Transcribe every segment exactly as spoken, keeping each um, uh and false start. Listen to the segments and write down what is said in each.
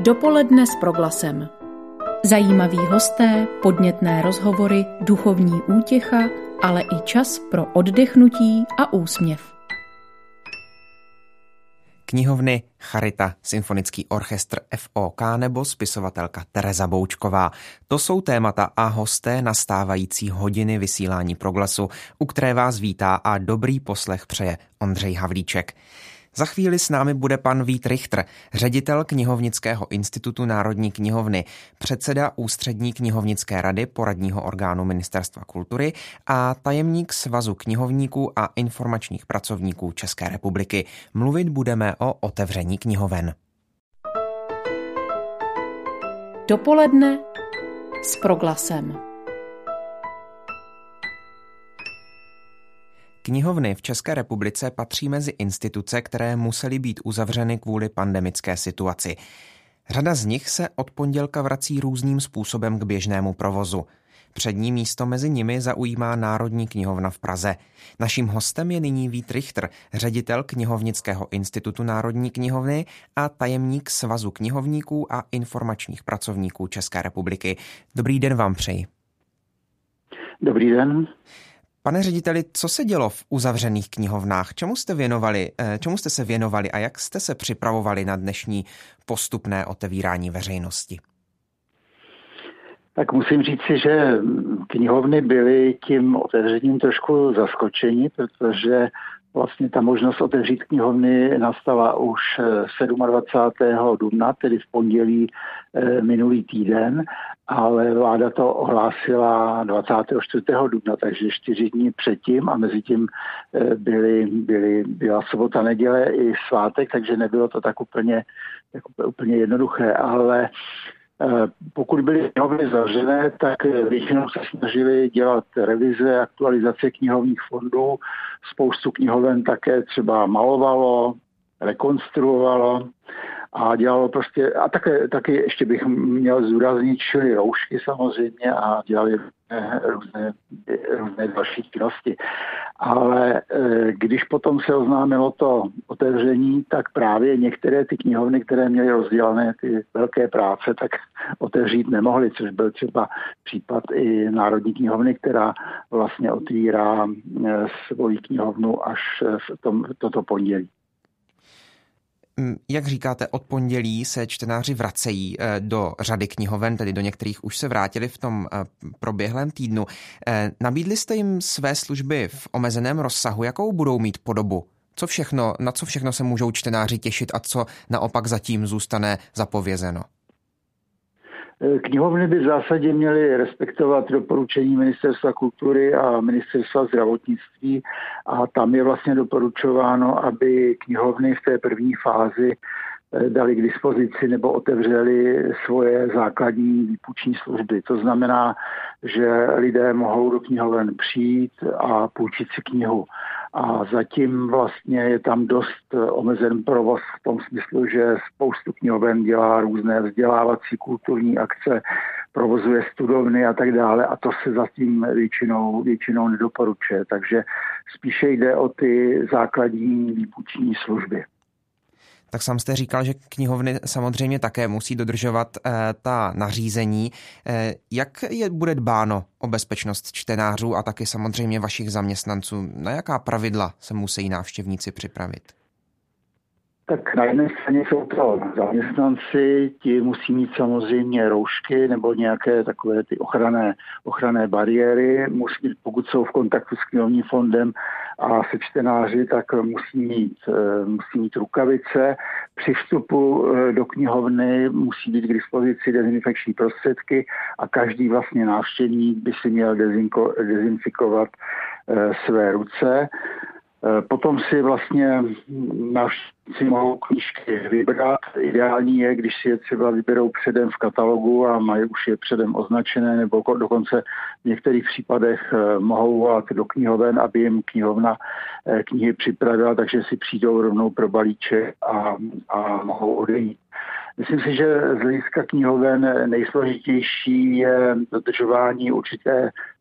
Dopoledne s Proglasem. Zajímaví hosté, podnětné rozhovory, duchovní útěcha, ale i čas pro oddechnutí a úsměv. Knihovny, charita, symfonický orchestr F O K nebo spisovatelka Tereza Boučková. To jsou témata a hosté nastávající hodiny vysílání Proglasu, u které vás vítá a dobrý poslech přeje Ondřej Havlíček. Za chvíli s námi bude pan Vít Richter, ředitel Knihovnického institutu Národní knihovny, předseda Ústřední knihovnické rady poradního orgánu Ministerstva kultury a tajemník Svazu knihovníků a informačních pracovníků České republiky. Mluvit budeme o otevření knihoven. Dopoledne s Proglasem. Knihovny v České republice patří mezi instituce, které musely být uzavřeny kvůli pandemické situaci. Řada z nich se od pondělka vrací různým způsobem k běžnému provozu. Přední místo mezi nimi zaujímá Národní knihovna v Praze. Naším hostem je nyní Vít Richter, ředitel Knihovnického institutu Národní knihovny a tajemník Svazu knihovníků a informačních pracovníků České republiky. Dobrý den vám přeji. Dobrý den. Pane řediteli, co se dělo v uzavřených knihovnách? Čemu jste věnovali, čemu jste se věnovali a jak jste se připravovali na dnešní postupné otevírání veřejnosti? Tak musím říci, že knihovny byly tím otevřením trošku zaskočeni, protože vlastně ta možnost otevřít knihovny nastala už dvacátého sedmého dubna, tedy v pondělí minulý týden, ale vláda to ohlásila dvacátého čtvrtého dubna, takže čtyři dní předtím a mezi tím byly, byly, byla sobota, neděle i svátek, takže nebylo to tak úplně, tak úplně jednoduché, ale pokud byly knihovny zavřené, tak většinou se snažili dělat revize, aktualizace knihovních fondů. Spoustu knihoven také třeba malovalo, rekonstruovalo a dělalo prostě, a také, taky ještě bych měl zdůraznit, šili roušky samozřejmě a dělali různé, různé další činnosti. Ale když potom se oznámilo to otevření, tak právě některé ty knihovny, které měly rozdělané ty velké práce, tak otevřít nemohly, což byl třeba případ i Národní knihovny, která vlastně otvírá svoji knihovnu až v tom, toto pondělí. Jak říkáte, od pondělí se čtenáři vracejí do řady knihoven, tedy do některých už se vrátili v tom proběhlém týdnu. Nabídli jste jim své služby v omezeném rozsahu, jakou budou mít podobu? Co všechno, na co všechno se můžou čtenáři těšit a co naopak zatím zůstane zapovězeno? Knihovny by v zásadě měly respektovat doporučení Ministerstva kultury a Ministerstva zdravotnictví a tam je vlastně doporučováno, aby knihovny v té první fázi dali k dispozici nebo otevřeli svoje základní výpůjční služby. To znamená, že lidé mohou do knihoven přijít a půjčit si knihu. A zatím vlastně je tam dost omezen provoz v tom smyslu, že spoustu knihoven dělá různé vzdělávací kulturní akce, provozuje studovny a tak dále a to se zatím většinou, většinou nedoporučuje. Takže spíše jde o ty základní výpůjční služby. Tak sám jste říkal, že knihovny samozřejmě také musí dodržovat e, ta nařízení. E, jak je bude dbáno o bezpečnost čtenářů a taky samozřejmě vašich zaměstnanců? Na jaká pravidla se musí návštěvníci připravit? Tak na jedné straně jsou to zaměstnanci, ti musí mít samozřejmě roušky nebo nějaké takové ty ochranné, ochranné bariéry. Musí, pokud jsou v kontaktu s knihovním fondem a se čtenáři, tak musí mít, musí mít rukavice. Při vstupu do knihovny musí být k dispozici dezinfekční prostředky a každý vlastně návštěvník by si měl dezinko, dezinfikovat své ruce. Potom si vlastně návštěvníci mohou knížky vybrat. Ideální je, když si je třeba vyberou předem v katalogu a mají už je předem označené, nebo dokonce v některých případech mohou volat do knihoven, aby jim knihovna knihy připravila, takže si přijdou rovnou pro balíček a, a mohou odejít. Myslím si, že z hlediska knihoven nejsložitější je dodržování určité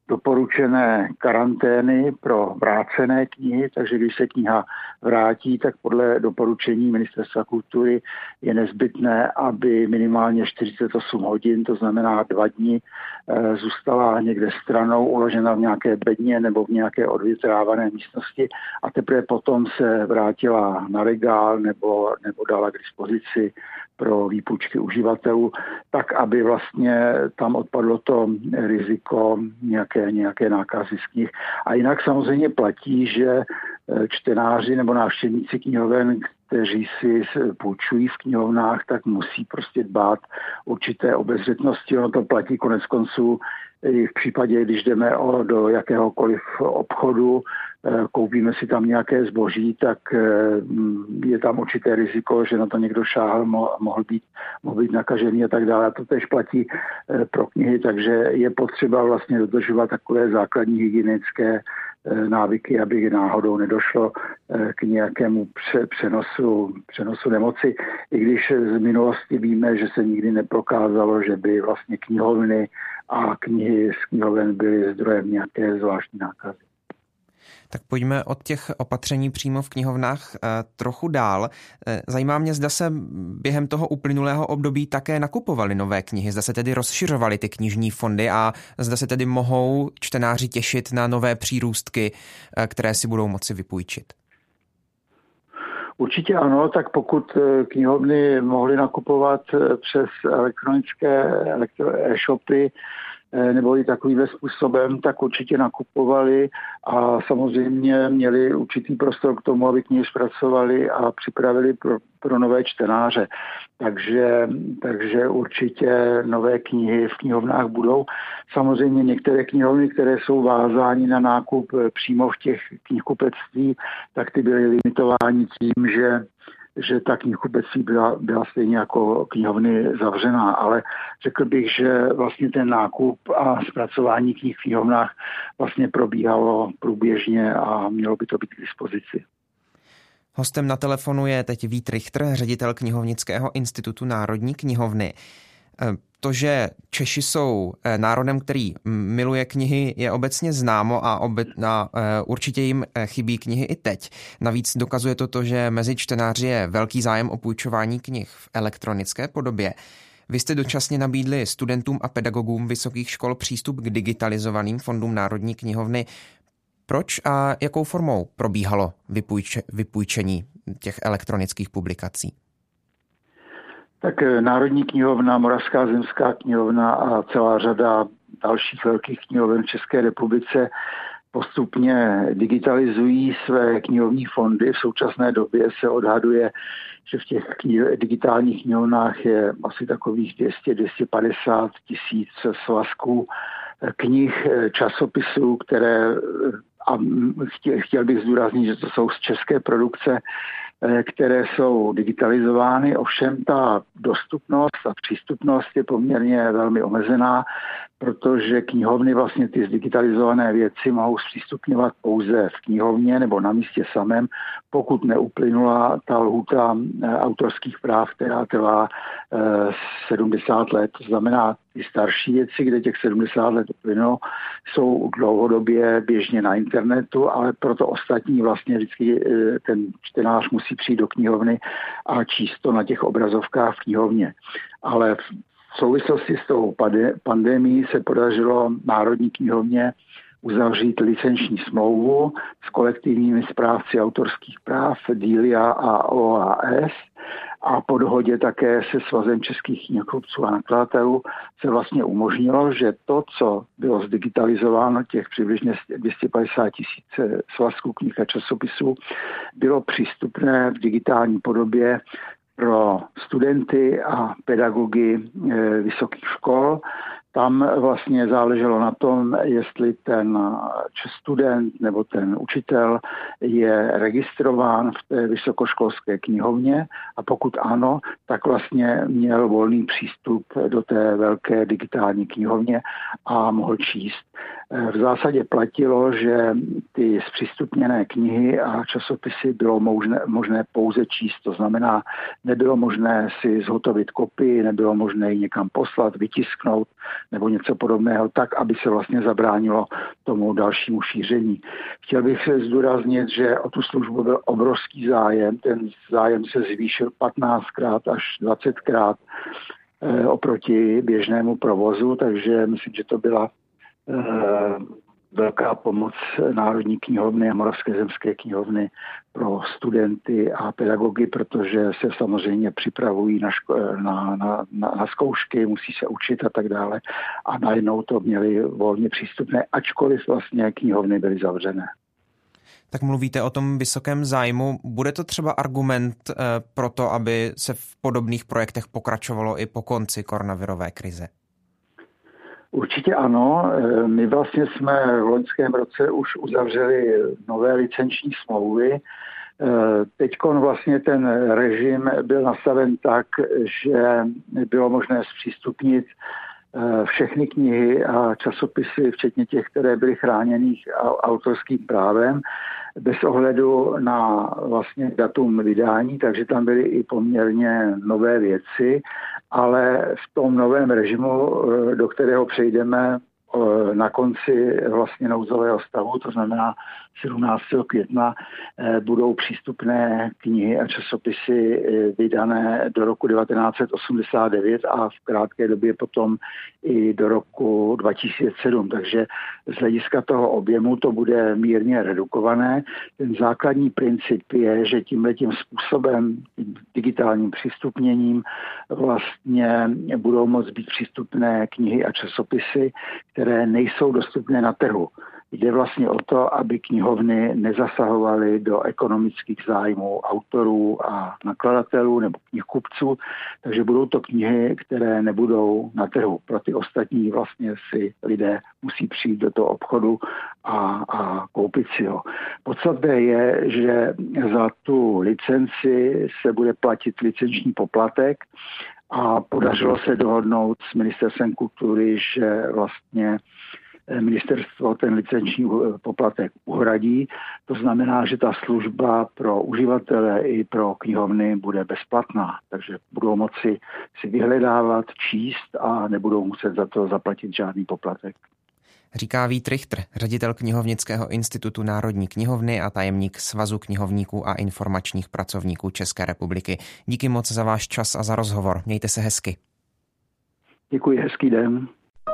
doporučené karantény pro vrácené knihy, takže když se kniha vrátí, tak podle doporučení Ministerstva kultury je nezbytné, aby minimálně čtyřicet osm hodin, to znamená dva dny, zůstala někde stranou, uložena v nějaké bedně nebo v nějaké odvětrávané místnosti a teprve potom se vrátila na regál nebo, nebo dala k dispozici pro výpůjčky uživatelů, tak aby vlastně tam odpadlo to riziko nějaké, nějaké nákazy z knih. A jinak samozřejmě platí, že čtenáři nebo návštěvníci knihoven, kteří si půjčují v knihovnách, tak musí prostě dbát určité obezřetnosti. Ono to platí konec konců i v případě, když jdeme o, do jakéhokoliv obchodu, koupíme si tam nějaké zboží, tak je tam určité riziko, že na to někdo šáhl, mohl být, mohl být nakažený a tak dále. A to tež platí pro knihy, takže je potřeba vlastně dodržovat takové základní hygienické návyky, aby náhodou nedošlo k nějakému přenosu, přenosu nemoci. I když z minulosti víme, že se nikdy neprokázalo, že by vlastně knihovny a knihy z knihoven byly zdrojem nějaké zvláštní nákazy. Tak pojďme od těch opatření přímo v knihovnách trochu dál. Zajímá mě, zda se během toho uplynulého období také nakupovaly nové knihy, zda se tedy rozšiřovaly ty knižní fondy a zda se tedy mohou čtenáři těšit na nové přírůstky, které si budou moci vypůjčit. Určitě ano, tak pokud knihovny mohly nakupovat přes elektronické e-shopy, nebo i takovým způsobem, tak určitě nakupovali a samozřejmě měli určitý prostor k tomu, aby knihy zpracovali a připravili pro, pro nové čtenáře. Takže, takže určitě nové knihy v knihovnách budou. Samozřejmě některé knihovny, které jsou vázány na nákup přímo v těch knihkupectví, tak ty byly limitovány tím, že že ta knihkupectví byla, byla stejně jako knihovny zavřená, ale řekl bych, že vlastně ten nákup a zpracování knih v knihovnách vlastně probíhalo průběžně a mělo by to být k dispozici. Hostem na telefonu je teď Vít Richter, ředitel Knihovnického institutu Národní knihovny. To, že Češi jsou národem, který miluje knihy, je obecně známo a, obe, a určitě jim chybí knihy i teď. Navíc dokazuje to to, že mezi čtenáři je velký zájem o půjčování knih v elektronické podobě. Vy jste dočasně nabídli studentům a pedagogům vysokých škol přístup k digitalizovaným fondům Národní knihovny. Proč a jakou formou probíhalo vypůjče, vypůjčení těch elektronických publikací? Tak Národní knihovna, Moravská zemská knihovna a celá řada dalších velkých knihoven v České republice postupně digitalizují své knihovní fondy. V současné době se odhaduje, že v těch knih- digitálních knihovnách je asi takových dvě stě až dvě stě padesát tisíc svazků knih, časopisů, které, a chtěl bych zdůraznit, že to jsou z české produkce, které jsou digitalizovány, ovšem ta dostupnost a přístupnost je poměrně velmi omezená, protože knihovny vlastně ty zdigitalizované věci mohou zpřístupňovat pouze v knihovně nebo na místě samém, pokud neuplynula ta lhůta autorských práv, která trvá sedmdesát let. To znamená, ty starší věci, kde těch sedmdesát let uplynulo, jsou dlouhodobě běžně na internetu, ale proto ostatní vlastně vždycky ten čtenář musí přijít do knihovny a číst to na těch obrazovkách v knihovně. Ale v souvislosti s tou pandemií se podařilo Národní knihovně uzavřít licenční smlouvu s kolektivními správci autorských práv Delia a O A S a po dohodě také se Svazem českých knihkupců a nakladatelů se vlastně umožnilo, že to, co bylo zdigitalizováno, těch přibližně dvě stě padesát tisíc svazků knih a časopisů, bylo přístupné v digitální podobě pro studenty a pedagogy vysokých škol. Tam vlastně záleželo na tom, jestli ten student nebo ten učitel je registrován v té vysokoškolské knihovně a pokud ano, tak vlastně měl volný přístup do té velké digitální knihovně a mohl číst. v zásadě platilo, že ty zpřístupněné knihy a časopisy bylo možné, možné pouze číst. To znamená, nebylo možné si zhotovit kopii, nebylo možné ji někam poslat, vytisknout nebo něco podobného, tak, aby se vlastně zabránilo tomu dalšímu šíření. Chtěl bych se zdůraznit, že o tu službu byl obrovský zájem. Ten zájem se zvýšil patnáctkrát až dvacetkrát oproti běžnému provozu, takže myslím, že to byla velká pomoc Národní knihovny a Moravské zemské knihovny pro studenty a pedagogy, protože se samozřejmě připravují na, ško- na, na, na, na zkoušky, musí se učit a tak dále. A najednou to měli volně přístupné, ačkoliv vlastně knihovny byly zavřené. Tak mluvíte o tom vysokém zájmu. Bude to třeba argument eh, pro to, aby se v podobných projektech pokračovalo i po konci koronavirové krize? Určitě ano. My vlastně jsme v loňském roce už uzavřeli nové licenční smlouvy. Teďkon vlastně ten režim byl nastaven tak, že bylo možné zpřístupnit všechny knihy a časopisy, včetně těch, které byly chráněných autorským právem, bez ohledu na vlastně datum vydání, takže tam byly i poměrně nové věci, ale v tom novém režimu, do kterého přejdeme na konci vlastně nouzového stavu, to znamená sedmnáctého května, budou přístupné knihy a časopisy vydané do roku devatenáct set osmdesát devět a v krátké době potom i do roku dva tisíce sedm. Takže z hlediska toho objemu to bude mírně redukované. Ten základní princip je, že tímhletím způsobem, tím digitálním přístupněním vlastně budou moct být přístupné knihy a časopisy, které nejsou dostupné na trhu. Jde vlastně o to, aby knihovny nezasahovaly do ekonomických zájmů autorů a nakladatelů nebo knihkupců, takže budou to knihy, které nebudou na trhu. Pro ty ostatní vlastně si lidé musí přijít do toho obchodu a, a koupit si ho. Podstatné je, že za tu licenci se bude platit licenční poplatek a podařilo se dohodnout s Ministerstvem kultury, že vlastně ministerstvo ten licenční poplatek uhradí. To znamená, že ta služba pro uživatele i pro knihovny bude bezplatná. Takže budou moci si vyhledávat, číst a nebudou muset za to zaplatit žádný poplatek. Říká Vít Richter, ředitel Knihovnického institutu Národní knihovny a tajemník Svazu knihovníků a informačních pracovníků České republiky. Díky moc za váš čas a za rozhovor. Mějte se hezky. Děkuji, hezký den.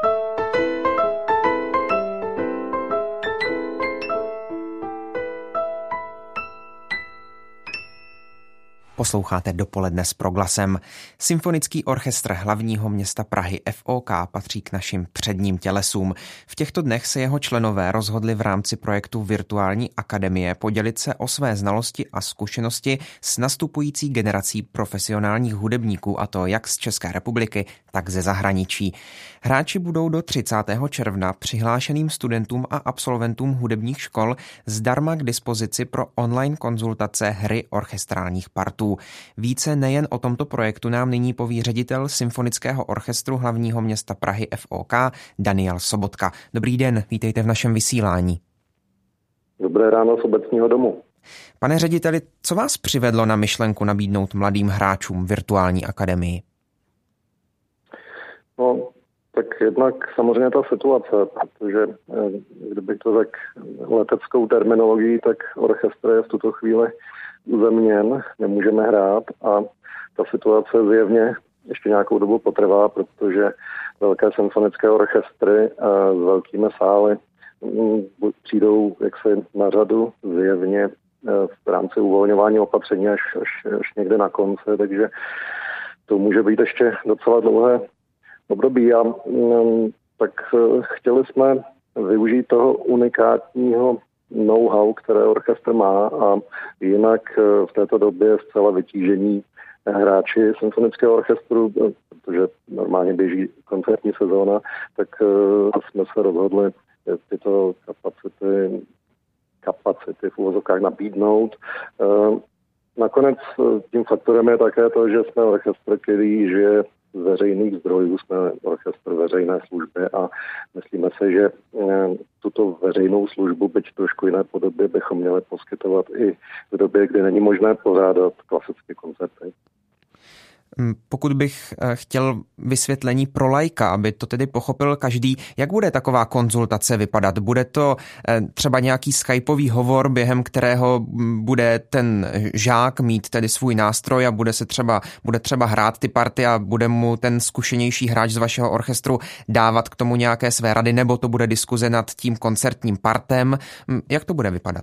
Posloucháte Dopoledne s Proglasem. Symfonický orchestr hlavního města Prahy F O K patří k našim předním tělesům. V těchto dnech se jeho členové rozhodli v rámci projektu Virtuální akademie podělit se o své znalosti a zkušenosti s nastupující generací profesionálních hudebníků, a to jak z České republiky, tak ze zahraničí. Hráči budou do třicátého června přihlášeným studentům a absolventům hudebních škol zdarma k dispozici pro online konzultace hry orchestrálních partů. Více nejen o tomto projektu nám nyní poví ředitel Symfonického orchestru hlavního města Prahy F O K Daniel Sobotka. Dobrý den, vítejte v našem vysílání. Dobré ráno z obecního domu. Pane řediteli, co vás přivedlo na myšlenku nabídnout mladým hráčům virtuální akademii? No, tak jednak samozřejmě ta situace, protože kdybych to tak leteckou terminologií, tak orchestr je v tuto chvíli uzemněn, nemůžeme hrát a ta situace zjevně ještě nějakou dobu potrvá, protože velké symfonické orchestry s velkými sály přijdou jaksi na řadu zjevně v rámci uvolňování opatření až, až, až někde na konci, takže to může být ještě docela dlouhé období. A tak chtěli jsme využít toho unikátního know-how, které orchestr má, a jinak v této době zcela vytížení hráči symfonického orchestru, protože normálně běží koncertní sezóna, tak jsme se rozhodli tyto kapacity, kapacity v uvozovkách nabídnout. Nakonec tím faktorem je také to, že jsme orchestr, který žije z veřejných zdrojů, jsme orchestr veřejné služby a myslíme si, že tuto veřejnou službu, byť trošku jiné podobě, bychom měli poskytovat i v době, kdy není možné pořádat klasické koncerty. Pokud bych chtěl vysvětlení pro laika, aby to tedy pochopil každý, jak bude taková konzultace vypadat? Bude to třeba nějaký skypový hovor, během kterého bude ten žák mít tedy svůj nástroj a bude se třeba, bude třeba hrát ty party a bude mu ten zkušenější hráč z vašeho orchestru dávat k tomu nějaké své rady, nebo to bude diskuze nad tím koncertním partem? Jak to bude vypadat?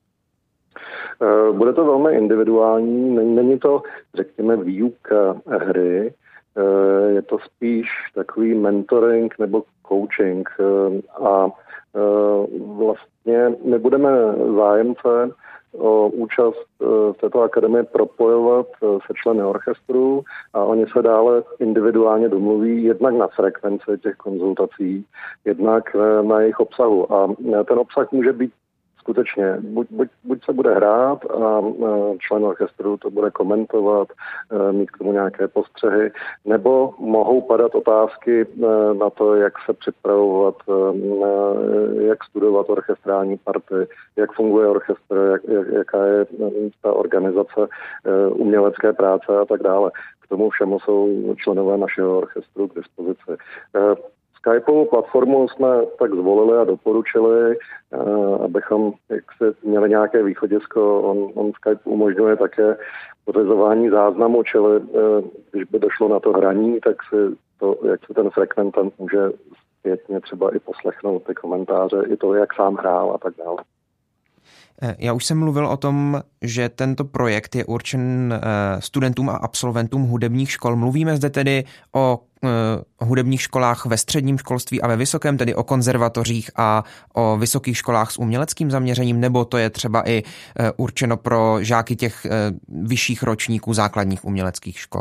Bude to velmi individuální, není to, řekněme, výuka hry, je to spíš takový mentoring nebo coaching a vlastně my budeme zájemce o účast v této akademii propojovat se členy orchestru a oni se dále individuálně domluví jednak na frekvenci těch konzultací, jednak na jejich obsahu a ten obsah může být skutečně, buď, buď, buď se bude hrát a člen orchestru to bude komentovat, mít k tomu nějaké postřehy, nebo mohou padat otázky na to, jak se připravovat, jak studovat orchestrální party, jak funguje orchestr, jak, jak, jaká je ta organizace umělecké práce a tak dále. K tomu všemu jsou členové našeho orchestru k dispozici. Skypeovou platformu jsme tak zvolili a doporučili, abychom jak se měli nějaké východisko. On, on Skype umožňuje také pořizování záznamu, čili když by došlo na to hraní, tak si to, jak se ten frekventant může zpětně třeba i poslechnout ty komentáře, i to, jak sám hrál a tak dále. Já už jsem mluvil o tom, že tento projekt je určen studentům a absolventům hudebních škol. Mluvíme zde tedy o hudebních školách ve středním školství a ve vysokém, tedy o konzervatořích a o vysokých školách s uměleckým zaměřením, nebo to je třeba i určeno pro žáky těch vyšších ročníků základních uměleckých škol?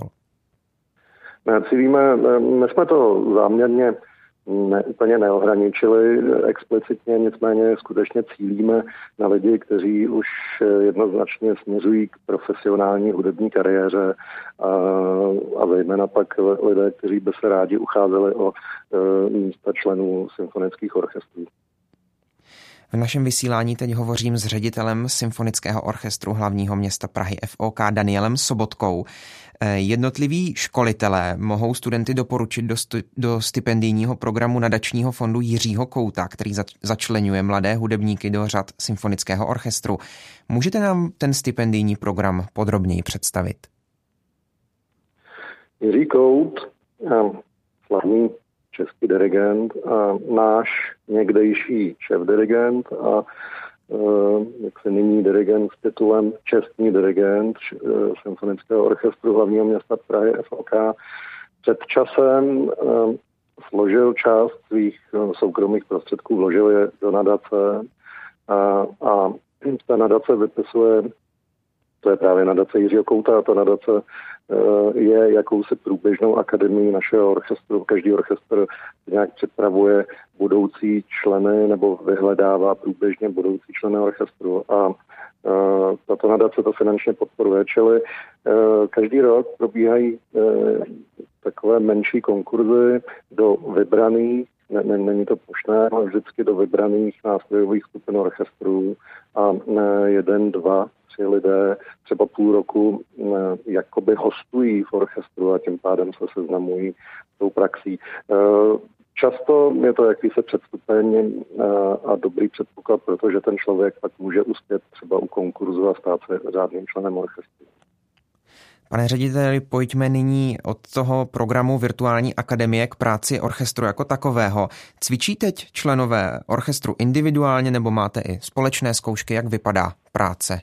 My cílíme, my jsme to záměrně ne, úplně neohraničili explicitně, nicméně skutečně cílíme na lidi, kteří už jednoznačně směřují k profesionální hudební kariéře a, a zejména pak lidé, kteří by se rádi ucházeli o e, místa členů symfonických orchestrů. V našem vysílání teď hovořím s ředitelem Symfonického orchestru hlavního města Prahy F O K Danielem Sobotkou. Jednotliví školitelé mohou studenty doporučit do, stu, do stipendijního programu nadačního fondu Jiřího Kouta, který zač, začleňuje mladé hudebníky do řad Symfonického orchestru. Můžete nám ten stipendijní program podrobněji představit? Jiří Kout, slavný český dirigent a náš někdejší šéfdirigent a jak se nyní dirigent s titulem čestný dirigent Symfonického orchestru hlavního města Prahy F O K před časem složil část svých soukromých prostředků, vložil je do nadace a, a ta nadace vypisuje, to je právě nadace Jiřího Kouta, a ta nadace je jakousi průběžnou akademií našeho orchestru. Každý orchestr nějak připravuje budoucí členy nebo vyhledává průběžně budoucí členy orchestru a tato nadace to finančně podporuje. Čili každý rok probíhají takové menší konkurzy do vybraných, ne, není to plošné, ale vždycky do vybraných nástrojových skupin orchestrů a jeden, dva, tři lidé třeba půl roku jakoby hostují v orchestru a tím pádem se seznamují s tou praxí. Často je to jakýsi předstupeň a dobrý předpoklad, protože ten člověk pak může uspět třeba u konkurzu a stát se řádným členem orchestru. Pane řediteli, pojďme nyní od toho programu Virtuální akademie k práci orchestru jako takového. Cvičí teď členové orchestru individuálně nebo máte i společné zkoušky? Jak vypadá práce?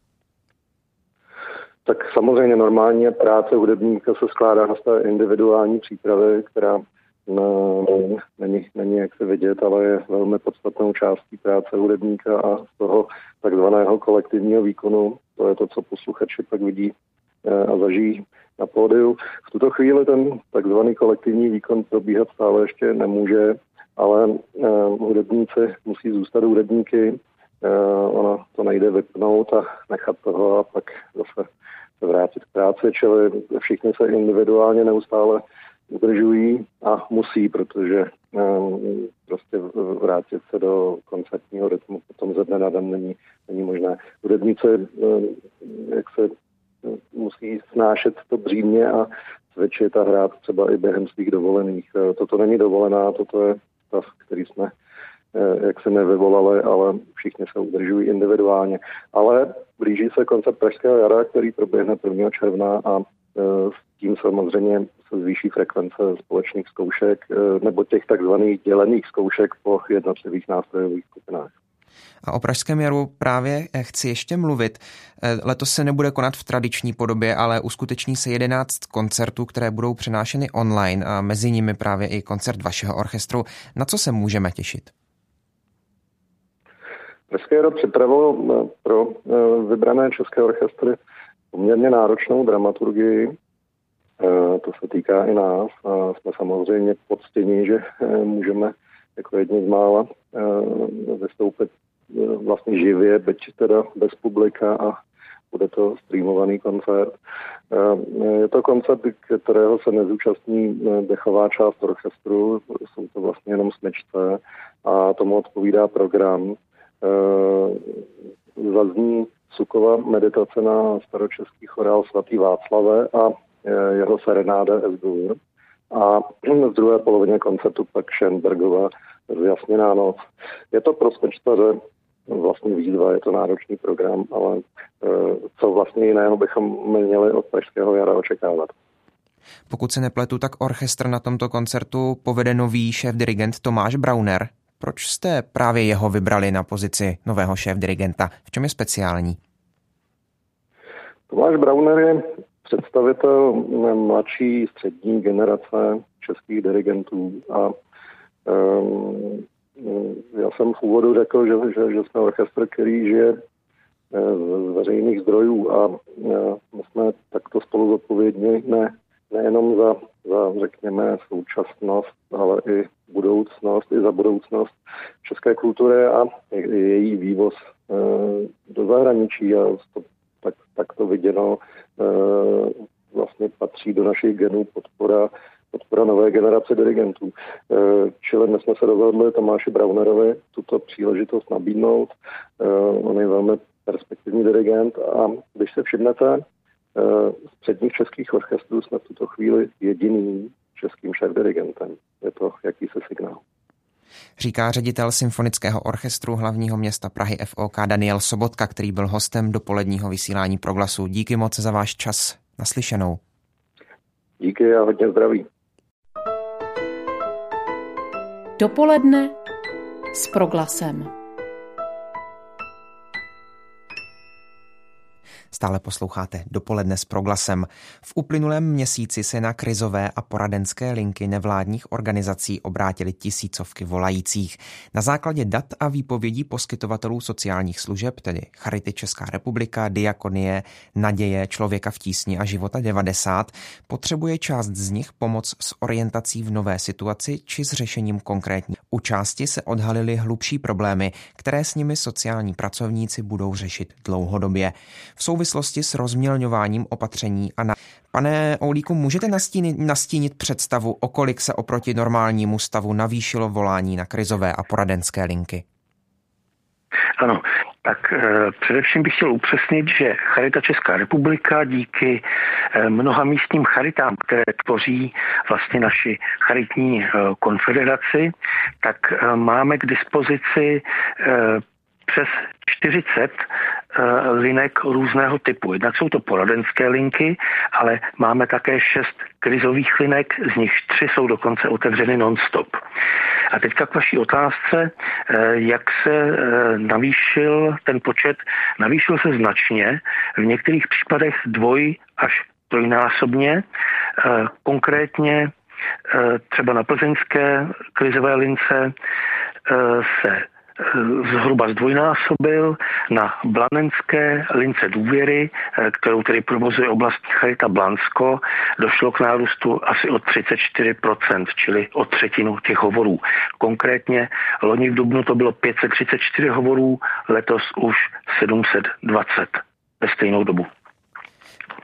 Tak samozřejmě normálně práce hudebníka se skládá z té individuální přípravy, která no, není, není jak se vidět, ale je velmi podstatnou částí práce hudebníka a z toho takzvaného kolektivního výkonu, to je to, co posluchači pak vidí a zažijí na pódiu. V tuto chvíli ten takzvaný kolektivní výkon probíhat stále ještě nemůže, ale uh, hudebníci musí zůstat hudebníky, uh, ono to nejde vypnout a nechat toho a pak zase vrátit k práci, čili všichni se individuálně neustále udržují a musí, protože um, prostě vrátit se do koncertního rytmu potom ze dne na den není, není možné. Hudebníci um, jak se um, musí snášet to břímě a cvičit a hrát třeba i během svých dovolených. Toto není dovolená, toto je stav, který jsme jak se nevyvolali, ale všichni se udržují individuálně. Ale blíží se koncert Pražského jara, který proběhne prvního června a s tím samozřejmě se zvýší frekvence společných zkoušek nebo těch takzvaných dělených zkoušek po jednotlivých nástrojových skupinách. A o Pražském jaru právě chci ještě mluvit. Letos se nebude konat v tradiční podobě, ale uskuteční se jedenáct koncertů, které budou přenášeny online a mezi nimi právě i koncert vašeho orchestru. Na co se můžeme těšit? Pražské jaro připravilo pro vybrané české orchestry poměrně náročnou dramaturgii. To se týká i nás. A jsme samozřejmě poctěni, že můžeme jako jedni z mála vystoupit vlastně živě, byť teda bez publika a bude to streamovaný koncert. Je to koncert, kterého se nezúčastní dechová část orchestru, jsou to vlastně jenom smyčce a tomu odpovídá program. Zazní Sukova meditace na staročeský chorál Svatý Václave a jeho serenáda Es-Dur. A v druhé polovině koncertu pak Schoenbergova Zjasněná noc. Je to pro smyčcaře vlastně výzva, je to náročný program, ale co vlastně jiného bychom měli od Pražského jara očekávat. Pokud se nepletu, tak orchestr na tomto koncertu povede nový šéfdirigent Tomáš Brauner. Proč jste právě jeho vybrali na pozici nového šéfdirigenta? V čem je speciální? Tomáš Brauner je představitel mladší střední generace českých dirigentů a um, já jsem v úvodu řekl, že, že, že jsme orchestr, který žije z veřejných zdrojů a my jsme takto spolu zodpovědní ne, nejenom za, za, řekněme, současnost, ale i budoucnost, i za budoucnost české kultury a její vývoz do zahraničí a to, tak, tak to viděno vlastně patří do našich genů podpora podpora nové generace dirigentů. Čili my jsme se rozhodli Tomáši Braunerovi tuto příležitost nabídnout. On je velmi perspektivní dirigent a když se všimnete, z předních českých orchestrů jsme v tuto chvíli jediným českým šéfdirigentem. Je to jakýsi signál. Říká ředitel Symfonického orchestru hlavního města Prahy F O K Daniel Sobotka, který byl hostem dopoledního vysílání Proglasu. Díky moc za váš čas. Naslyšenou. Díky a hodně zdraví. Dopoledne s Proglasem. Stále posloucháte Dopoledne s Proglasem. V uplynulém měsíci se na krizové a poradenské linky nevládních organizací obrátily tisícovky volajících. Na základě dat a výpovědí poskytovatelů sociálních služeb, tedy Charity Česká republika, Diakonie, Naděje, Člověka v tísni a Života devadesát, potřebuje část z nich pomoc s orientací v nové situaci či s řešením konkrétní. U části se odhalily hlubší problémy, které s nimi sociální pracovníci budou řešit dlouhodobě. V souvislosti s rozmělňováním opatření a na... Pane Oulíku, můžete nastínit, nastínit představu, o kolik se oproti normálnímu stavu navýšilo volání na krizové a poradenské linky? Ano, tak e, především bych chtěl upřesnit, že Charita Česká republika díky e, mnoha místním charitám, které tvoří vlastně naši charitní e, konfederaci, tak e, máme k dispozici e, přes čtyřicet uh, linek různého typu. Jednak jsou to poradenské linky, ale máme také šest krizových linek, z nich tři jsou dokonce otevřeny non-stop. A teďka k vaší otázce, uh, jak se uh, navýšil ten počet. Navýšil se značně, v některých případech dvoj až trojnásobně. Uh, konkrétně uh, třeba na plzeňské krizové lince uh, se zhruba zdvojnásobil, na blanenské lince důvěry, kterou tedy provozuje oblastní charita Blansko, došlo k nárůstu asi o třicet čtyři procent, čili o třetinu těch hovorů. Konkrétně loni v dubnu to bylo pět set třicet čtyři hovorů, letos už sedm set dvacet ve stejnou dobu.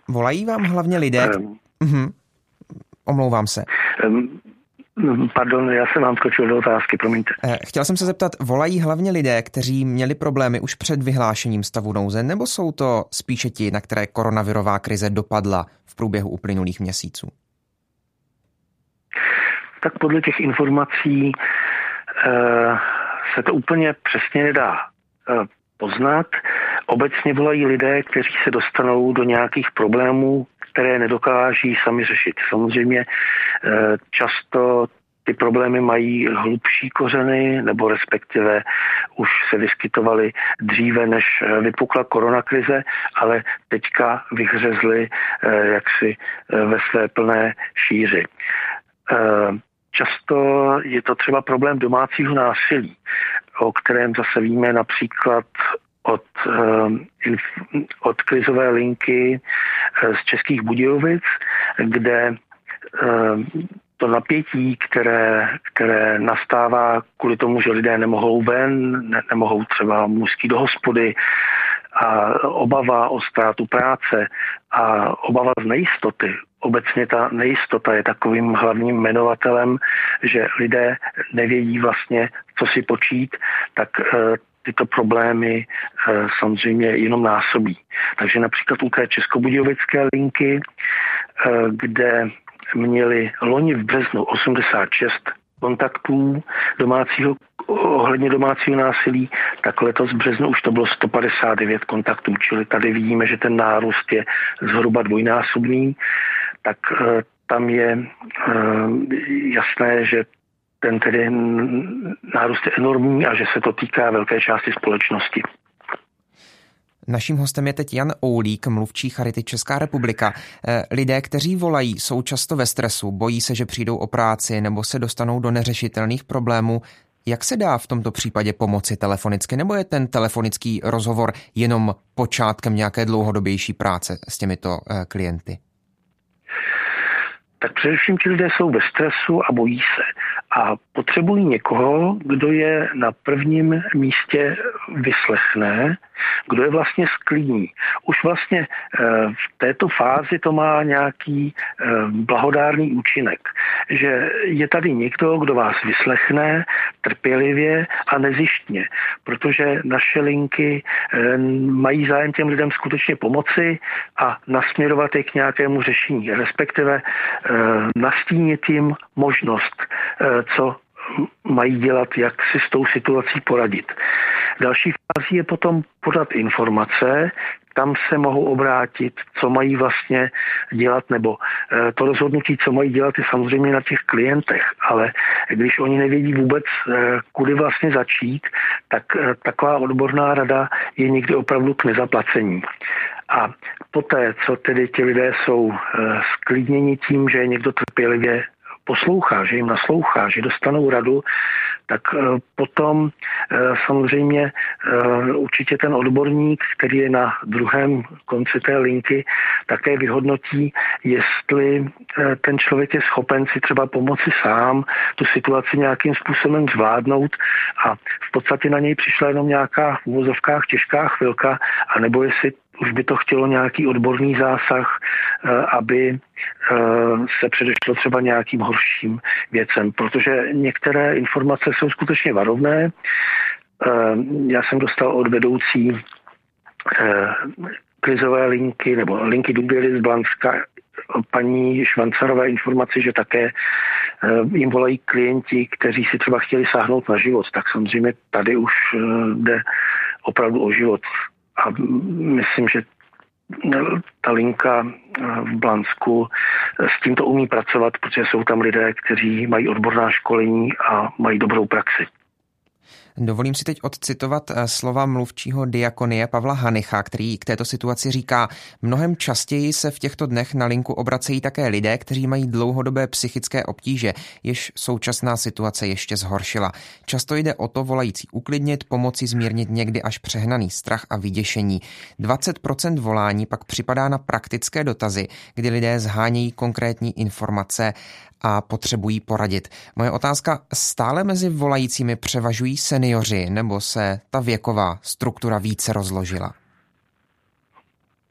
Volají vám hlavně lidé... Um, uhum. Omlouvám se. Um, Pardon, já jsem vám skočil do otázky, promiňte. Chtěl jsem se zeptat, volají hlavně lidé, kteří měli problémy už před vyhlášením stavu nouze, nebo jsou to spíše ti, na které koronavirová krize dopadla v průběhu uplynulých měsíců? Tak podle těch informací uh, se to úplně přesně nedá uh, poznat. Obecně volají lidé, kteří se dostanou do nějakých problémů, které nedokáží sami řešit. Samozřejmě často ty problémy mají hlubší kořeny, nebo respektive už se vyskytovaly dříve, než vypukla koronakrize, ale teďka vyhřezly jaksi ve své plné šíři. Často je to třeba problém domácího násilí, o kterém zase víme například od, od krizové linky z Českých Budějovic, kde to napětí, které, které nastává kvůli tomu, že lidé nemohou ven, ne, nemohou třeba mužský do hospody, a obava o ztrátu práce a obava z nejistoty. Obecně ta nejistota je takovým hlavním jmenovatelem, že lidé nevědí vlastně, co si počít, tak tyto problémy samozřejmě jenom násobí. Takže například u té českobudějovické linky, kde měli loni v březnu osmdesát šest kontaktů domácího, ohledně domácího násilí, tak letos v březnu už to bylo sto padesát devět kontaktů, čili tady vidíme, že ten nárůst je zhruba dvojnásobný, tak tam je jasné, že ten tedy nárůst je enormní a že se to týká velké části společnosti. Naším hostem je teď Jan Oulík, mluvčí Charity Česká republika. Lidé, kteří volají, jsou často ve stresu, bojí se, že přijdou o práci nebo se dostanou do neřešitelných problémů. Jak se dá v tomto případě pomoci telefonicky, nebo je ten telefonický rozhovor jenom počátkem nějaké dlouhodobější práce s těmito klienty? Tak především ti lidé jsou ve stresu a bojí se. A potřebují někoho, kdo je na prvním místě vyslechne, kdo je vlastně sklidní. Už vlastně v této fázi to má nějaký blahodárný účinek, že je tady někdo, kdo vás vyslechne trpělivě a nezištně, protože naše linky mají zájem těm lidem skutečně pomoci a nasměrovat je k nějakému řešení, respektive nastínit jim možnost, co mají dělat, jak si s tou situací poradit. Další fází je potom podat informace, tam se mohou obrátit, co mají vlastně dělat, nebo to rozhodnutí, co mají dělat, je samozřejmě na těch klientech, ale když oni nevědí vůbec, kudy vlastně začít, tak taková odborná rada je někdy opravdu k nezaplacení. A poté, co tedy ti lidé jsou sklidněni tím, že je někdo trpělivě poslouchá, že jim naslouchá, že dostanou radu, tak potom samozřejmě určitě ten odborník, který je na druhém konci té linky, také vyhodnotí, jestli ten člověk je schopen si třeba pomoci sám, tu situaci nějakým způsobem zvládnout a v podstatě na něj přišla jenom nějaká v uvozovkách těžká chvilka, anebo jestli už by to chtělo nějaký odborný zásah, aby se předešlo třeba nějakým horším věcem, protože některé informace jsou skutečně varovné. Já jsem dostal od vedoucí krizové linky nebo linky důvěry z Blanska paní Švancarové informaci, že také jim volají klienti, kteří si třeba chtěli sáhnout na život. Tak samozřejmě tady už jde opravdu o život. A myslím, že ta linka v Blansku s tímto umí pracovat, protože jsou tam lidé, kteří mají odborná školení a mají dobrou praxi. Dovolím si teď odcitovat slova mluvčího Diakonie Pavla Hanicha, který k této situaci říká: mnohem častěji se v těchto dnech na linku obracejí také lidé, kteří mají dlouhodobé psychické obtíže, jež současná situace ještě zhoršila. Často jde o to volající uklidnit, pomoci zmírnit někdy až přehnaný strach a vyděšení. dvacet procent volání pak připadá na praktické dotazy, kdy lidé zhánějí konkrétní informace a potřebují poradit. Moje otázka: stále mezi volajícími převažují seniori, nebo se ta věková struktura více rozložila?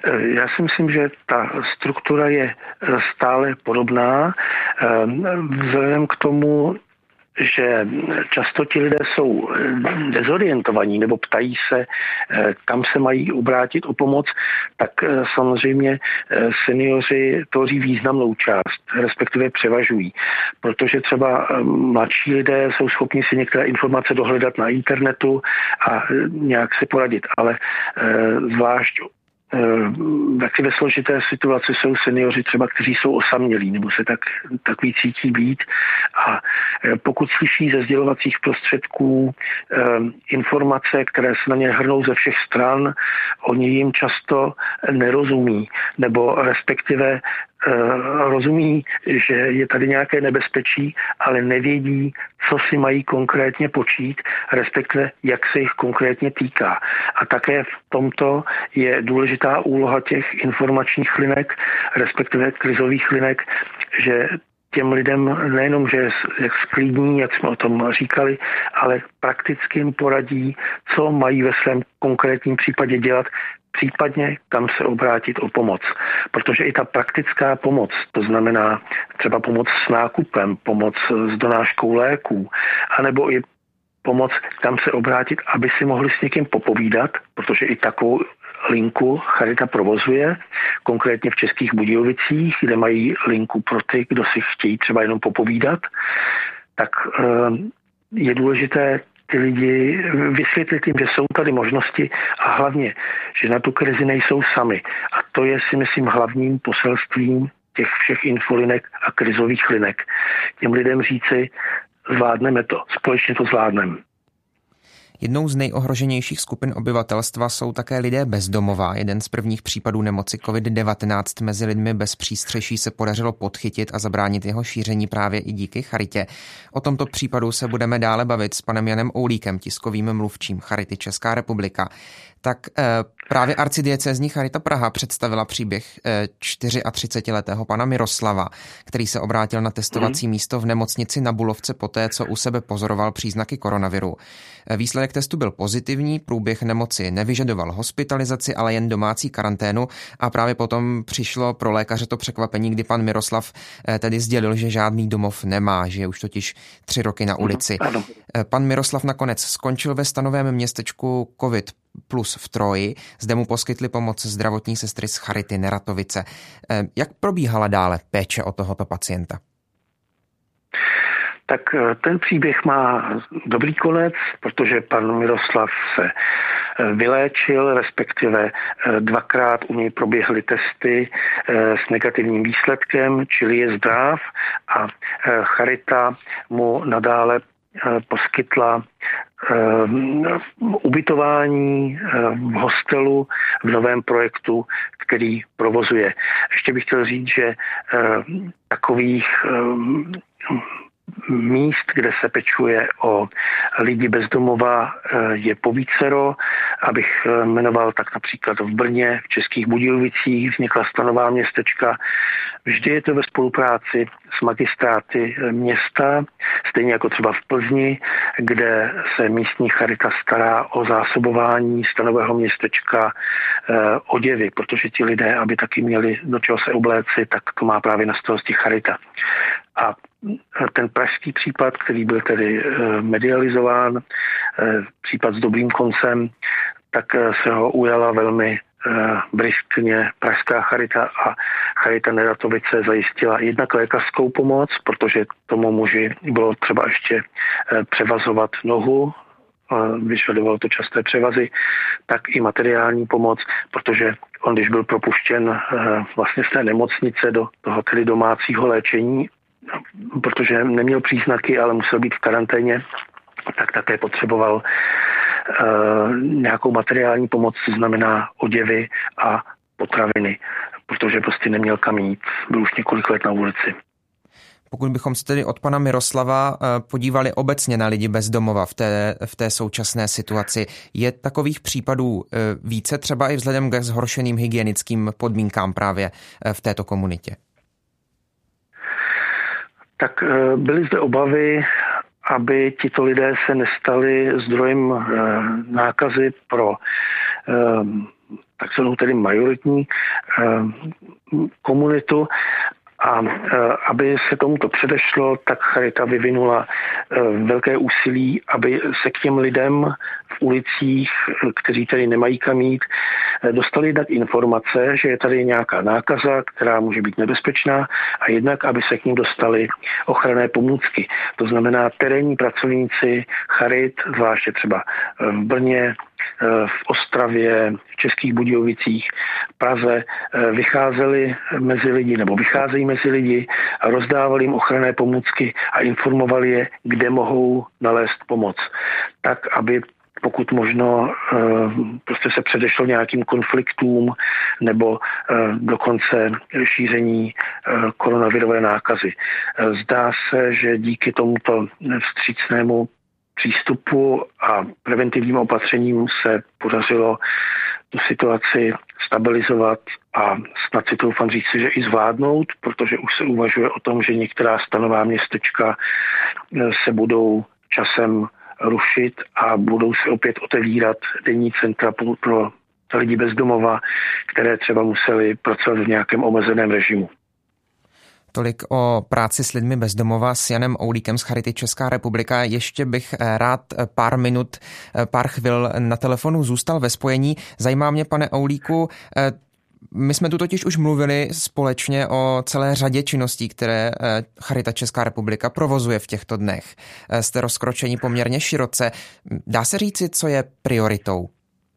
Já si myslím, že ta struktura je stále podobná. Vzhledem k tomu, že často ti lidé jsou dezorientovaní nebo ptají se, kam se mají obrátit o pomoc, tak samozřejmě seniori tvoří významnou část, respektive převažují. Protože třeba mladší lidé jsou schopni si některé informace dohledat na internetu a nějak se poradit, ale zvlášť taky ve složité situaci jsou seniori třeba, kteří jsou osamělí nebo se tak, takový cítí být a pokud slyší ze sdělovacích prostředků informace, které se na ně hrnou ze všech stran, oni jim často nerozumí nebo respektive rozumí, že je tady nějaké nebezpečí, ale nevědí, co si mají konkrétně počít, respektive jak se jich konkrétně týká. A také v tomto je důležitá úloha těch informačních linek, respektive krizových linek, že těm lidem nejenom, že jak sklidní, jak jsme o tom říkali, ale prakticky jim poradí, co mají ve svém konkrétním případě dělat, případně kam se obrátit o pomoc. Protože i ta praktická pomoc, to znamená třeba pomoc s nákupem, pomoc s donáškou léků, anebo i pomoc, kam se obrátit, aby si mohli s někým popovídat, protože i takovou linku Charita provozuje, konkrétně v Českých Budějovicích, kde mají linku pro ty, kdo si chtějí třeba jenom popovídat, tak je důležité ty lidi vysvětlit jim, že jsou tady možnosti a hlavně, že na tu krizi nejsou sami. A to je si myslím hlavním poselstvím těch všech infolinek a krizových linek. Těm lidem říci, zvládneme to, společně to zvládneme. Jednou z nejohroženějších skupin obyvatelstva jsou také lidé bezdomová. Jeden z prvních případů nemoci covid devatenáct mezi lidmi bez přístřeší se podařilo podchytit a zabránit jeho šíření právě i díky Charitě. O tomto případu se budeme dále bavit s panem Janem Oulíkem, tiskovým mluvčím Charity Česká republika. Tak eh, právě arcidiecézní Charita Praha představila příběh eh, třicetičtyřletého pana Miroslava, který se obrátil na testovací mm. místo v nemocnici na Bulovce poté, co u sebe pozoroval příznaky koronaviru. Výsledek testu byl pozitivní, průběh nemoci nevyžadoval hospitalizaci, ale jen domácí karanténu a právě potom přišlo pro lékaře to překvapení, kdy pan Miroslav eh, tedy sdělil, že žádný domov nemá, že je už totiž tři roky na ulici. Mm. Pan Miroslav nakonec skončil ve stanovém městečku COVID plus v Troji. Zde mu poskytli pomoc zdravotní sestry z Charity Neratovice. Jak probíhala dále péče o tohoto pacienta? Tak ten příběh má dobrý konec, protože pan Miroslav se vyléčil, respektive dvakrát u něj proběhly testy s negativním výsledkem, čili je zdrav a Charita mu nadále poskytla ubytování v hostelu v novém projektu, který provozuje. Ještě bych chtěl říct, že takových míst, kde se pečuje o lidi bezdomova, je povícero. Abych jmenoval, tak například v Brně, v Českých Budějovicích vznikla stanová městečka. Vždy je to ve spolupráci s magistráty města, stejně jako třeba v Plzni, kde se místní charita stará o zásobování stanového městečka oděvy, protože ti lidé, aby taky měli do čeho se obléci, tak to má právě na starosti charita. A ten pražský případ, který byl tedy medializován, případ s dobrým koncem, tak se ho ujala velmi briskně pražská charita a Charita Neratovice zajistila jednak lékařskou pomoc, protože tomu muži bylo třeba ještě převazovat nohu, vyžadovalo to časté převazy, tak i materiální pomoc, protože on, když byl propuštěn vlastně z té nemocnice do toho tedy domácího léčení, protože neměl příznaky, ale musel být v karanténě, tak také potřeboval uh, nějakou materiální pomoc, co znamená oděvy a potraviny, protože prostě neměl kam jít, byl už několik let na ulici. Pokud bychom se tedy od pana Miroslava podívali obecně na lidi bez domova v té, v té současné situaci, je takových případů více třeba i vzhledem k zhoršeným hygienickým podmínkám právě v této komunitě? Tak byly zde obavy, aby tito lidé se nestali zdrojem nákazy pro takzvanou tedy majoritní komunitu. A aby se tomuto předešlo, tak Charita vyvinula velké úsilí, aby se k těm lidem v ulicích, kteří tady nemají kam jít, dostali jednak informace, že je tady nějaká nákaza, která může být nebezpečná, a jednak, aby se k ním dostali ochranné pomůcky. To znamená, terénní pracovníci Charit, zvláště třeba v Brně, v Ostravě, v Českých Budějovicích, v Praze, vycházeli mezi lidi nebo vycházejí mezi lidi a rozdávali jim ochranné pomůcky a informovali je, kde mohou nalézt pomoc. Tak, aby pokud možno prostě se předešlo nějakým konfliktům nebo dokonce šíření koronavirové nákazy. Zdá se, že díky tomuto vstřícnému přístupu a preventivním opatřením se podařilo tu situaci stabilizovat a snad si troufám říci, že i zvládnout, protože už se uvažuje o tom, že některá stanová městečka se budou časem rušit a budou se opět otevírat denní centra pro lidi bez domova, které třeba museli pracovat v nějakém omezeném režimu. Tolik o práci s lidmi bez domova s Janem Oulíkem z Charity Česká republika. Ještě bych rád pár minut, pár chvil na telefonu zůstal ve spojení. Zajímá mě, pane Oulíku, my jsme tu totiž už mluvili společně o celé řadě činností, které Charita Česká republika provozuje v těchto dnech. Jste rozkročení poměrně široce. Dá se říci, co je prioritou?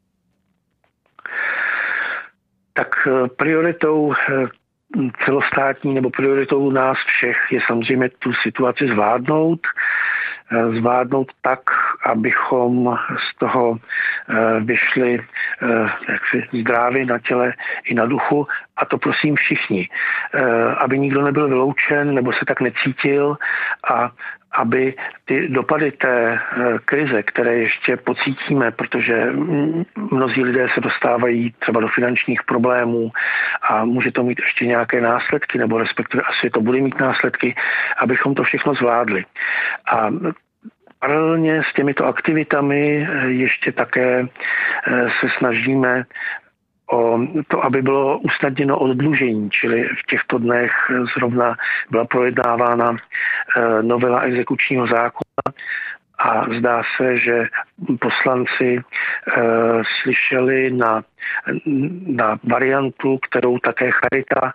Tak prioritou celostátní nebo prioritou nás všech je samozřejmě tu situaci zvládnout. Zvládnout tak, abychom z toho vyšli jaksi zdraví na těle i na duchu, a to prosím všichni. Aby nikdo nebyl vyloučen nebo se tak necítil a aby ty dopady té krize, které ještě pocítíme, protože mnozí lidé se dostávají třeba do finančních problémů a může to mít ještě nějaké následky, nebo respektive asi to bude mít následky, abychom to všechno zvládli. A paralelně s těmito aktivitami ještě také se snažíme o to, aby bylo usnadněno oddlužení, čili v těchto dnech zrovna byla projednávána novela exekučního zákona a zdá se, že poslanci slyšeli na, na variantu, kterou také Charita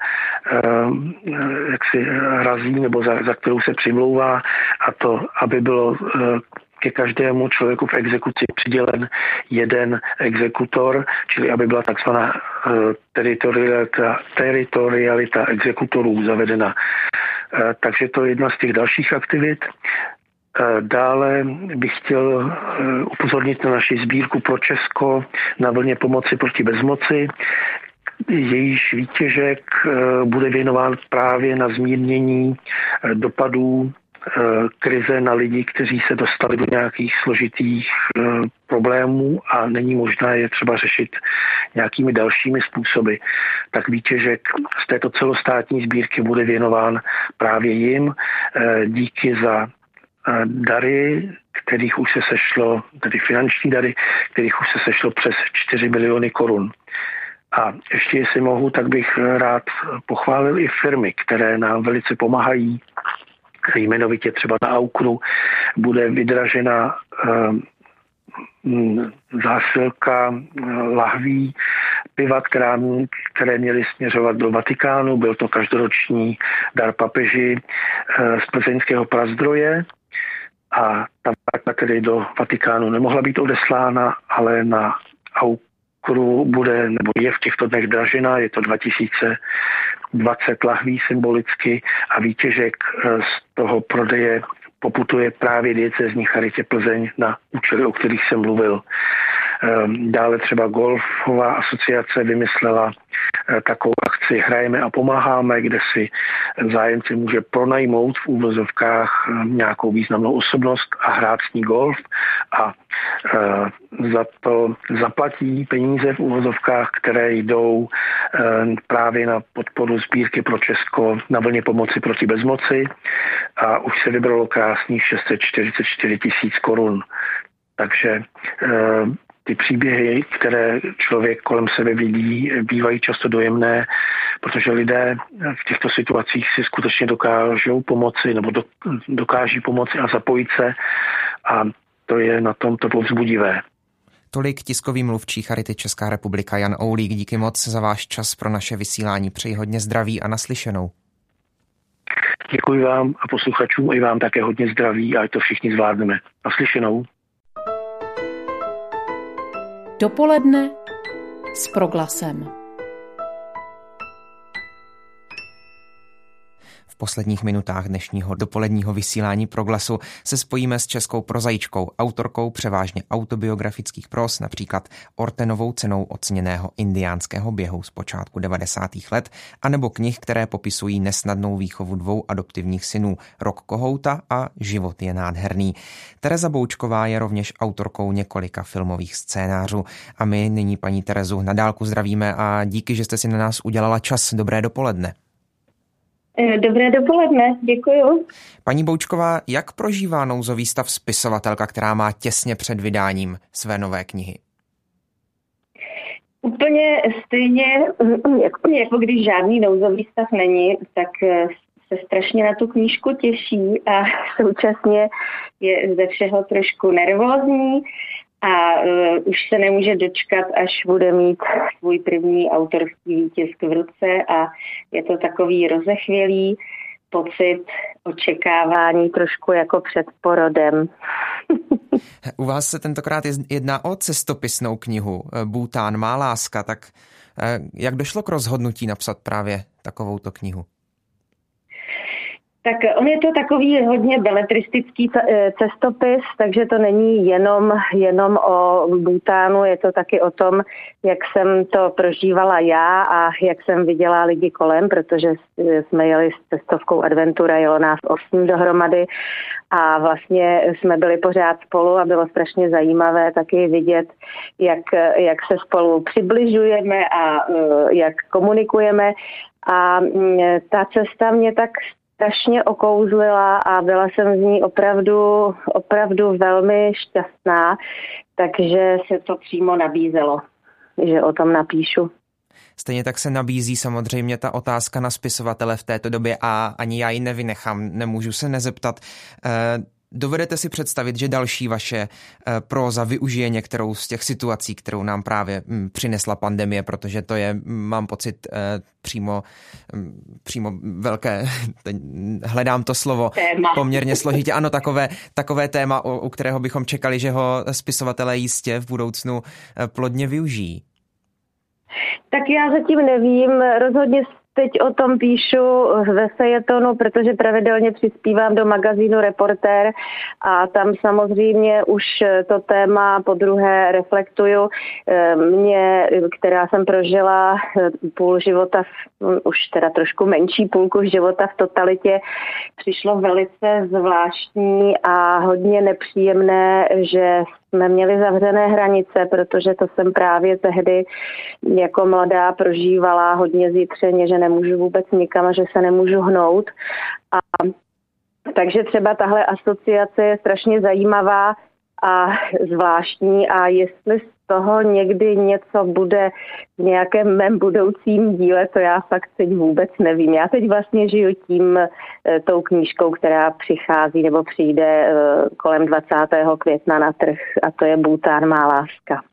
jaksi razí nebo za, za kterou se přimlouvá, a to, aby bylo ke každému člověku v exekuci přidělen jeden exekutor, čili aby byla takzvaná teritorialita, teritorialita exekutorů zavedena. Takže to je jedna z těch dalších aktivit. Dále bych chtěl upozornit na naši sbírku pro Česko na vlně pomoci proti bezmoci. Jejíž výtěžek bude věnován právě na zmírnění dopadů krize na lidi, kteří se dostali do nějakých složitých problémů a není možné je třeba řešit nějakými dalšími způsoby. Tak výtěžek z této celostátní sbírky bude věnován právě jim. Díky za dary, kterých už se sešlo, tedy finanční dary, kterých už se sešlo přes čtyři miliony korun. A ještě jestli mohu, tak bych rád pochválil i firmy, které nám velice pomáhají. Jmenovitě třeba na Aukru bude vydražena zásilka lahví piva, která, které měly směřovat do Vatikánu. Byl to každoroční dar papeži z plzeňského Prazdroje a ta várka tedy do Vatikánu nemohla být odeslána, ale na Aukru bude nebo je v těchto dnech dražena. Je to dva tisíce dvacet lahví symbolicky a výtěžek z toho prodeje poputuje právě diecézní Charitě Plzeň na účely, o kterých jsem mluvil. Dále třeba golfová asociace vymyslela takovou akci Hrajeme a pomáháme, kde si zájemci může pronajmout v úvozovkách nějakou významnou osobnost a hrát s ní golf a za to zaplatí peníze v úvozovkách, které jdou právě na podporu sbírky pro Česko na vlně pomoci proti bezmoci a už se vybralo krásných šest set čtyřicet čtyři tisíc korun. Takže ty příběhy, které člověk kolem sebe vidí, bývají často dojemné, protože lidé v těchto situacích si skutečně dokážou pomoci nebo do, dokáží pomoci a zapojit se a to je na tom to povzbudivé. Tolik tiskový mluvčí Charity Česká republika Jan Oulík. Díky moc za váš čas pro naše vysílání. Přeji hodně zdraví a naslyšenou. Děkuji vám a posluchačům i vám také hodně zdraví a ať to všichni zvládneme. Naslyšenou. Dopoledne s Proglasem. V posledních minutách dnešního dopoledního vysílání Proglasu se spojíme s českou prozaičkou, autorkou převážně autobiografických pros, například Ortenovou cenou oceněného indiánského běhu z počátku devadesátých let, anebo knih, které popisují nesnadnou výchovu dvou adoptivních synů, Rok kohouta a Život je nádherný. Tereza Boučková je rovněž autorkou několika filmových scénářů a my nyní paní Terezu na dálku zdravíme a díky, že jste si na nás udělala čas. Dobré dopoledne. Dobré dopoledne, děkuju. Paní Boučková, jak prožívá nouzový stav spisovatelka, která má těsně před vydáním své nové knihy? Úplně stejně, jako, jako když žádný nouzový stav není, tak se strašně na tu knížku těší a současně je ze všeho trošku nervózní a uh, už se nemůže dočkat, až bude mít svůj první autorský výtisk v ruce a je to takový rozechvělý pocit očekávání trošku jako před porodem. U vás se tentokrát jedná o cestopisnou knihu Bhútán má láska, tak jak došlo k rozhodnutí napsat právě takovouto knihu? Tak on je to takový hodně beletristický cestopis, takže to není jenom, jenom o Bhútánu, je to taky o tom, jak jsem to prožívala já a jak jsem viděla lidi kolem, protože jsme jeli s cestovkou Adventura, jelo nás osm dohromady a vlastně jsme byli pořád spolu a bylo strašně zajímavé taky vidět, jak, jak se spolu přibližujeme a jak komunikujeme a ta cesta mě tak strašně okouzlila a byla jsem z ní opravdu, opravdu velmi šťastná, takže se to přímo nabízelo, že o tom napíšu. Stejně tak se nabízí samozřejmě ta otázka na spisovatele v této době a ani já ji nevynechám, nemůžu se nezeptat. Dovedete si představit, že další vaše próza využije některou z těch situací, kterou nám právě přinesla pandemie, protože to je, mám pocit, přímo, přímo velké, hledám to slovo, téma. Poměrně složitě. Ano, takové, takové téma, u kterého bychom čekali, že ho spisovatelé jistě v budoucnu plodně využijí. Tak já zatím nevím, rozhodně teď o tom píšu ve fejetonu, protože pravidelně přispívám do magazínu Reportér a tam samozřejmě už to téma podruhé reflektuju. Mě, která jsem prožila půl života, už teda trošku menší půlku života v totalitě, přišlo velice zvláštní a hodně nepříjemné, že jsme měli zavřené hranice, protože to jsem právě tehdy jako mladá prožívala hodně zjitřeně, že nemůžu vůbec nikam a že se nemůžu hnout. A takže třeba tahle asociace je strašně zajímavá a zvláštní a jestli z toho někdy něco bude v nějakém mém budoucím díle, to já fakt teď vůbec nevím. Já teď vlastně žiju tím, tou knížkou, která přichází nebo přijde kolem dvacátého května na trh a to je Bhútán má láska.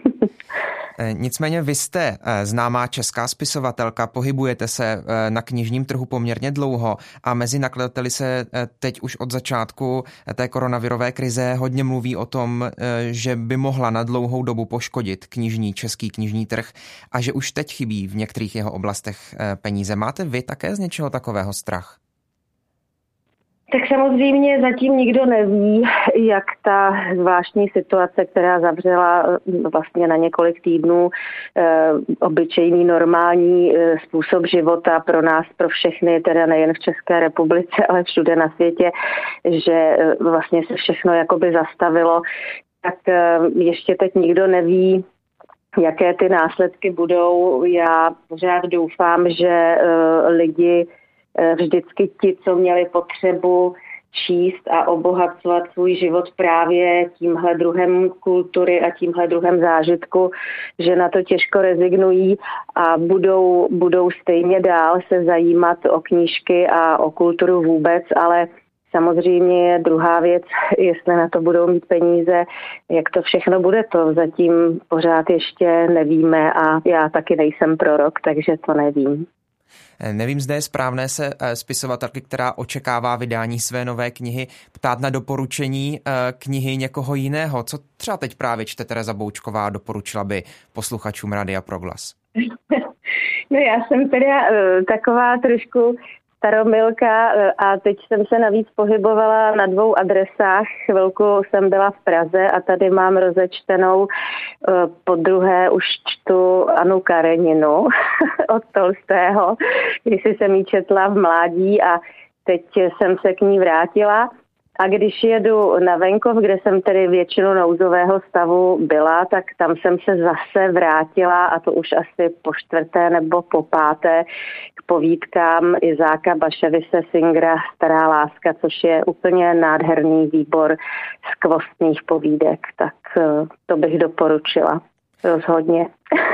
Nicméně vy jste známá česká spisovatelka, pohybujete se na knižním trhu poměrně dlouho a mezi nakladateli se teď už od začátku té koronavirové krize hodně mluví o tom, že by mohla na dlouhou dobu poškodit knižní, český knižní trh a že už teď chybí v některých jeho oblastech peníze. Máte vy také z něčeho takového strach? Tak samozřejmě zatím nikdo neví, jak ta zvláštní situace, která zavřela vlastně na několik týdnů eh, obyčejný normální eh, způsob života pro nás, pro všechny, teda nejen v České republice, ale všude na světě, že eh, vlastně se všechno jakoby zastavilo, tak eh, ještě teď nikdo neví, jaké ty následky budou. Já pořád doufám, že eh, lidi vždycky ti, co měli potřebu číst a obohacovat svůj život právě tímhle druhem kultury a tímhle druhem zážitku, že na to těžko rezignují a budou, budou stejně dál se zajímat o knížky a o kulturu vůbec, ale samozřejmě je druhá věc, jestli na to budou mít peníze, jak to všechno bude, to zatím pořád ještě nevíme a já taky nejsem prorok, takže to nevím. Nevím, zda je správné se spisovatelky, která očekává vydání své nové knihy, ptát na doporučení knihy někoho jiného. Co třeba teď právě čte Tereza Boučková, doporučila by posluchačům Rádia Proglas? No já jsem teda taková trošku staromilka a teď jsem se navíc pohybovala na dvou adresách. Chvilku jsem byla v Praze a tady mám rozečtenou po druhé už čtu Annu Kareninu od Tolstého, když jsem ji četla v mládí a teď jsem se k ní vrátila. A když jedu na venkov, kde jsem tedy většinu nouzového stavu byla, tak tam jsem se zase vrátila, a to už asi po čtvrté nebo po páté, k povídkám Izáka Baševise Singera Stará láska, což je úplně nádherný výbor skvostných povídek. Tak to bych doporučila. Rozhodně.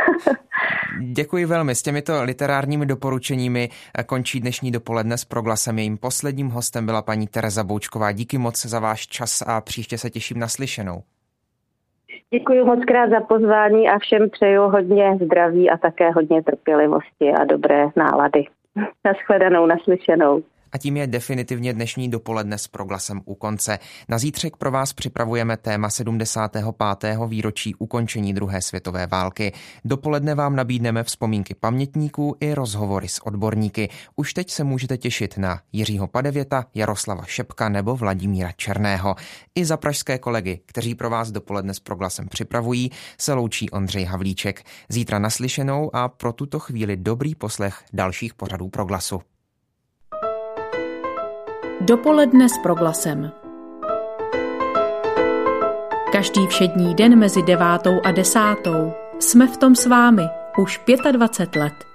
Děkuji velmi. S těmito literárními doporučeními končí dnešní dopoledne s Proglasem. Jejím posledním hostem byla paní Tereza Boučková. Díky moc za váš čas a příště se těším na slyšenou. Děkuji moc krát za pozvání a všem přeju hodně zdraví a také hodně trpělivosti a dobré nálady. Nashledanou, naslyšenou. A tím je definitivně dnešní dopoledne s Proglasem u konce. Na zítřek pro vás připravujeme téma sedmdesátého pátého výročí ukončení druhé světové války. Dopoledne vám nabídneme vzpomínky pamětníků i rozhovory s odborníky. Už teď se můžete těšit na Jiřího Padevěta, Jaroslava Šepka nebo Vladimíra Černého. I za pražské kolegy, kteří pro vás dopoledne s Proglasem připravují, se loučí Ondřej Havlíček. Zítra naslyšenou a pro tuto chvíli dobrý poslech dalších pořadů Proglasu. Dopoledne s Proglasem. Každý všední den mezi devátou a desátou jsme v tom s vámi už dvacet pět let.